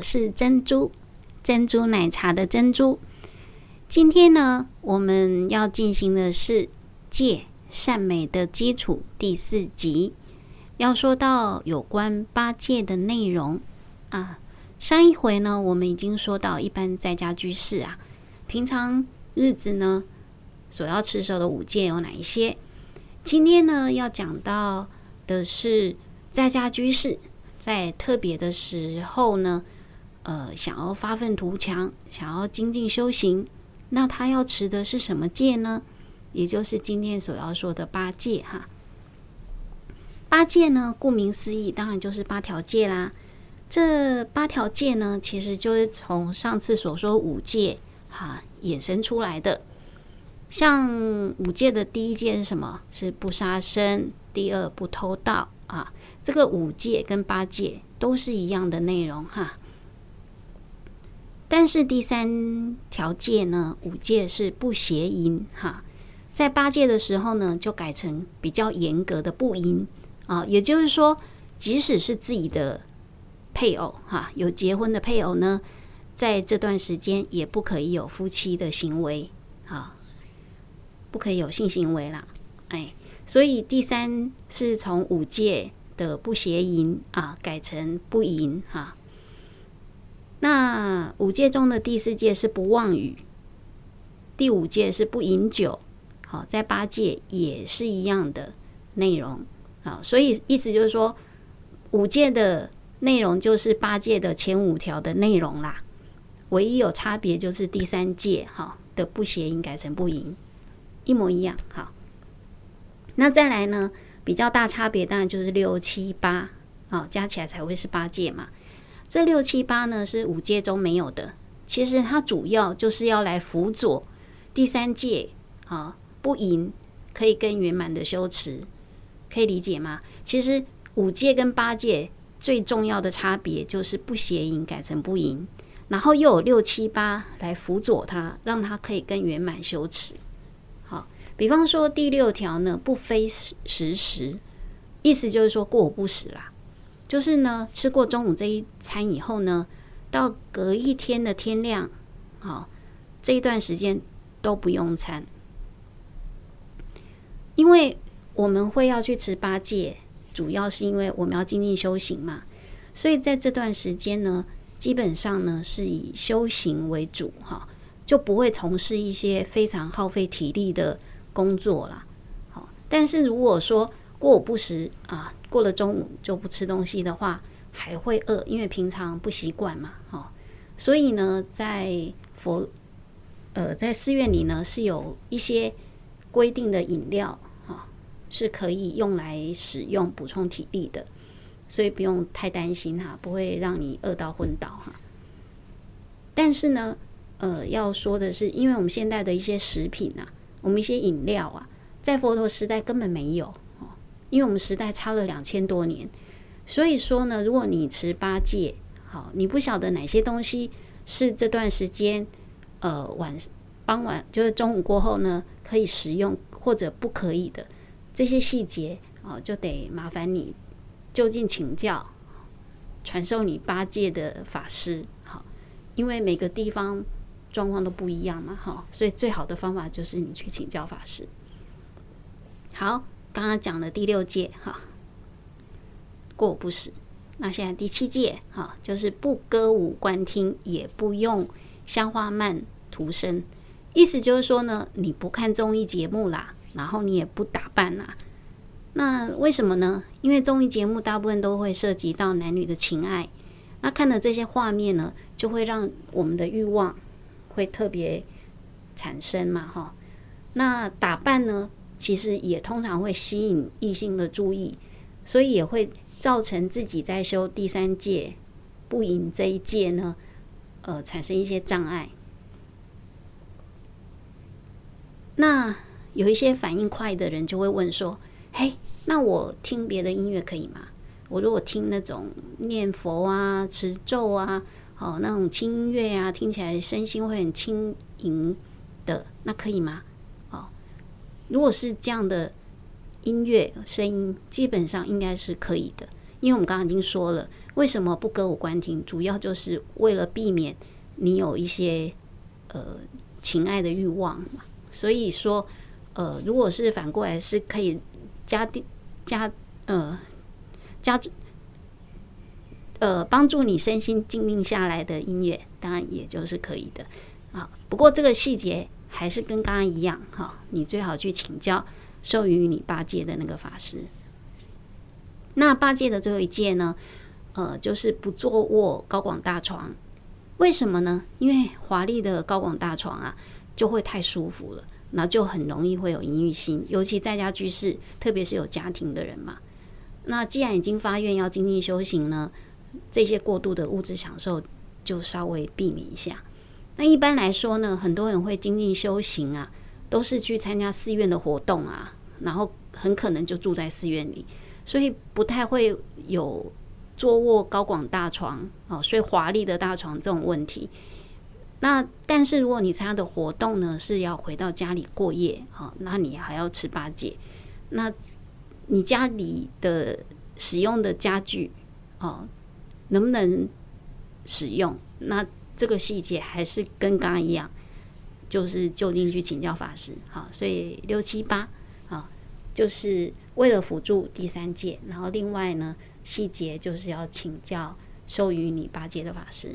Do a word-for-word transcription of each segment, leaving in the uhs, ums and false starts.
是珍珠，珍珠奶茶的珍珠。今天呢，我们要进行的是戒善美的基础第四集，要说到有关八戒的内容啊。上一回呢，我们已经说到一般在家居士啊，平常日子呢所要持守的五戒有哪一些？今天呢要讲到的是在家居士在特别的时候呢，呃，想要发愤图强，想要精进修行，那他要持的是什么戒呢？也就是今天所要说的八戒哈。八戒呢，顾名思义，当然就是八条戒啦。这八条戒呢，其实就是从上次所说五戒哈衍生出来的。像五戒的第一戒是什么？是不杀生，第二不偷盗啊。这个五戒跟八戒都是一样的内容哈。但是第三条戒呢，五戒是不邪淫哈。在八戒的时候呢，就改成比较严格的不淫啊，也就是说，即使是自己的配偶哈，有结婚的配偶呢，在这段时间也不可以有夫妻的行为啊，不可以有性行为啦。哎，所以第三是从五戒的不邪淫啊，改成不淫哈。那五戒中的第四戒是不妄语，第五戒是不饮酒。好，在八戒也是一样的内容。好，所以意思就是说，五戒的内容就是八戒的前五条的内容啦，唯一有差别就是第三戒哈的不邪淫改成不淫，一模一样。好，那再来呢，比较大差别当然就是六七八，好，加起来才会是八戒嘛。这六七八呢是五戒中没有的，其实它主要就是要来辅佐第三戒啊，不淫可以更圆满的修持，可以理解吗？其实五戒跟八戒最重要的差别就是不邪淫改成不淫，然后又有六七八来辅佐它，让它可以更圆满修持。好，比方说第六条呢，不非时食，意思就是说过午不食啦，就是呢吃过中午这一餐以后呢，到隔一天的天亮，好，这一段时间都不用餐。因为我们会要去持八戒，主要是因为我们要精进修行嘛，所以在这段时间呢，基本上呢是以修行为主哈，就不会从事一些非常耗费体力的工作啦。好，但是如果说过午不食啊，过了中午就不吃东西的话，还会饿，因为平常不习惯嘛。好，所以呢，在佛呃在寺院里呢是有一些规定的饮料。是可以用来使用补充体力的，所以不用太担心哈，不会让你饿到昏倒哈。但是呢，呃，要说的是，因为我们现在的一些食品啊，我们一些饮料啊，在佛陀时代根本没有哦，因为我们时代差了两千多年，所以说呢，如果你持八戒，好，你不晓得哪些东西是这段时间，呃，晚傍晚就是中午过后呢，可以食用或者不可以的。这些细节啊，就得麻烦你就近请教，传授你八戒的法师。好，因为每个地方状况都不一样嘛，哈，所以最好的方法就是你去请教法师。好，刚刚讲的第六戒哈，过午不食。那现在第七戒哈，就是不歌舞观听，也不用香花漫涂身。意思就是说呢，你不看综艺节目啦。然后你也不打扮啦、啊，那为什么呢？因为综艺节目大部分都会涉及到男女的情爱，那看了这些画面呢，就会让我们的欲望会特别产生嘛，哈。那打扮呢，其实也通常会吸引异性的注意，所以也会造成自己在修第三戒不淫这一戒呢，呃，产生一些障碍。那有一些反应快的人就会问说：“嘿，那我听别的音乐可以吗？我如果听那种念佛啊、持咒啊，哦，那种轻音乐啊，听起来身心会很轻盈的，那可以吗？”哦，如果是这样的音乐声音，基本上应该是可以的， 因为我们刚刚已经说了，为什么不歌舞观听，主要就是为了避免你有一些呃情爱的欲望嘛。所以说，呃，如果是反过来是可以加加呃加呃帮助你身心静定下来的音乐，当然也就是可以的啊。不过这个细节还是跟刚刚一样哈，你最好去请教授予你八戒的那个法师。那八戒的最后一戒呢，呃，就是不坐卧高广大床。为什么呢？因为华丽的高广大床啊，就会太舒服了，那就很容易会有淫欲心，尤其在家居士，特别是有家庭的人嘛。那既然已经发愿要精进修行呢，这些过度的物质享受就稍微避免一下。那一般来说呢，很多人会精进修行啊，都是去参加寺院的活动啊，然后很可能就住在寺院里，所以不太会有坐卧高广大床哦，睡华丽的大床这种问题。那但是如果你参加的活动呢是要回到家里过夜，哦，那你还要持八戒。那你家里的使用的家具哦，能不能使用？那这个细节还是跟刚刚一样，就是就近去请教法师。好，所以六七八啊，就是为了辅助第三戒，然后另外呢细节就是要请教授予你八戒的法师。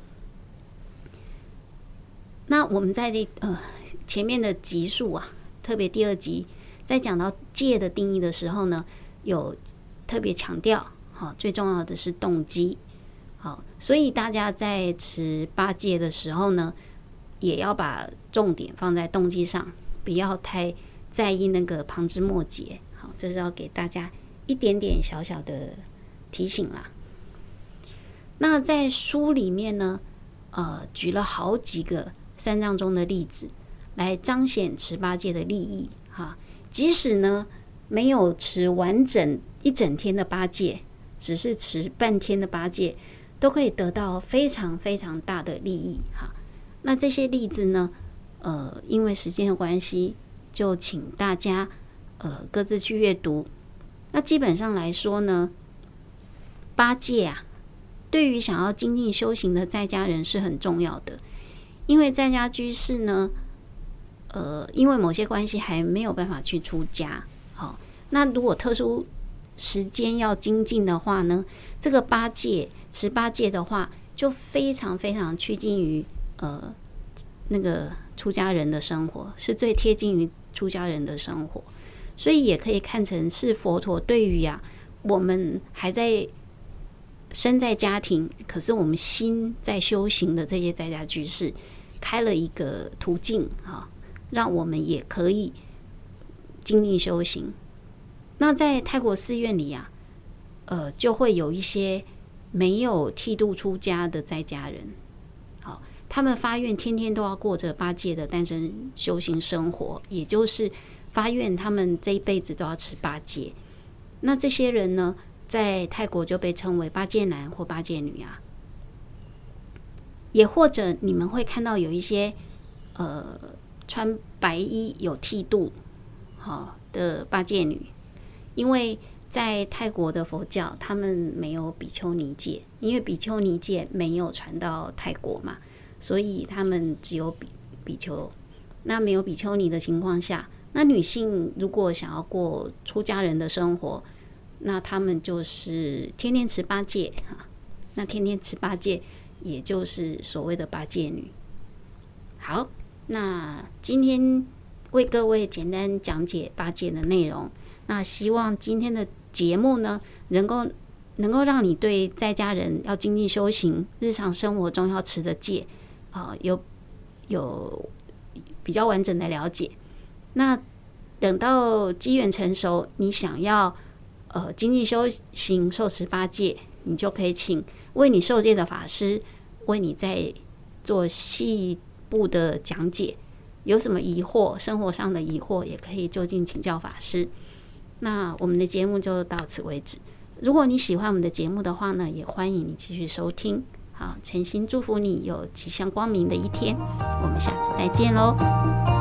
那我们在这呃前面的集数啊，特别第二集在讲到戒的定义的时候呢，有特别强调，好，最重要的是动机。好，所以大家在持八戒的时候呢，也要把重点放在动机上，不要太在意那个旁枝末节。好，这是要给大家一点点小小的提醒啦。那在书里面呢，呃，举了好几个三藏中的例子，来彰显持八戒的利益。哈，即使呢没有持完整一整天的八戒，只是持半天的八戒，都可以得到非常非常大的利益。哈，那这些例子呢，呃，因为时间的关系，就请大家呃各自去阅读。那基本上来说呢，八戒啊，对于想要精进修行的在家人是很重要的。因为在家居士呢，呃，因为某些关系还没有办法去出家。好，那如果特殊时间要精进的话呢，这个八戒持八戒的话，就非常非常趋近于呃那个出家人的生活，是最贴近于出家人的生活，所以也可以看成是佛陀对于啊我们还在身在家庭，可是我们心在修行的这些在家居士，开了一个途径啊，让我们也可以精进修行。那在泰国寺院里啊，呃，就会有一些没有剃度出家的在家人，好，他们发愿天天都要过着八戒的单身修行生活，也就是发愿他们这一辈子都要持八戒。那这些人呢，在泰国就被称为八戒男或八戒女啊。也或者你们会看到有一些呃穿白衣有剃度好的八戒女，因为在泰国的佛教他们没有比丘尼戒，因为比丘尼戒没有传到泰国嘛，所以他们只有比比丘。那没有比丘尼的情况下，那女性如果想要过出家人的生活，那他们就是天天持八戒哈。那天天持八戒，也就是所谓的八戒女。好，那今天为各位简单讲解八戒的内容。那希望今天的节目呢，能够能够让你对在家人要精进修行、日常生活中要持的戒啊、呃，有有比较完整的了解。那等到机缘成熟，你想要呃精进修行、受持八戒，你就可以请为你受戒的法师为你在做细部的讲解。有什么疑惑，生活上的疑惑，也可以就近请教法师。那我们的节目就到此为止。如果你喜欢我们的节目的话呢，也欢迎你继续收听。好，诚心祝福你有吉祥光明的一天。我们下次再见喽。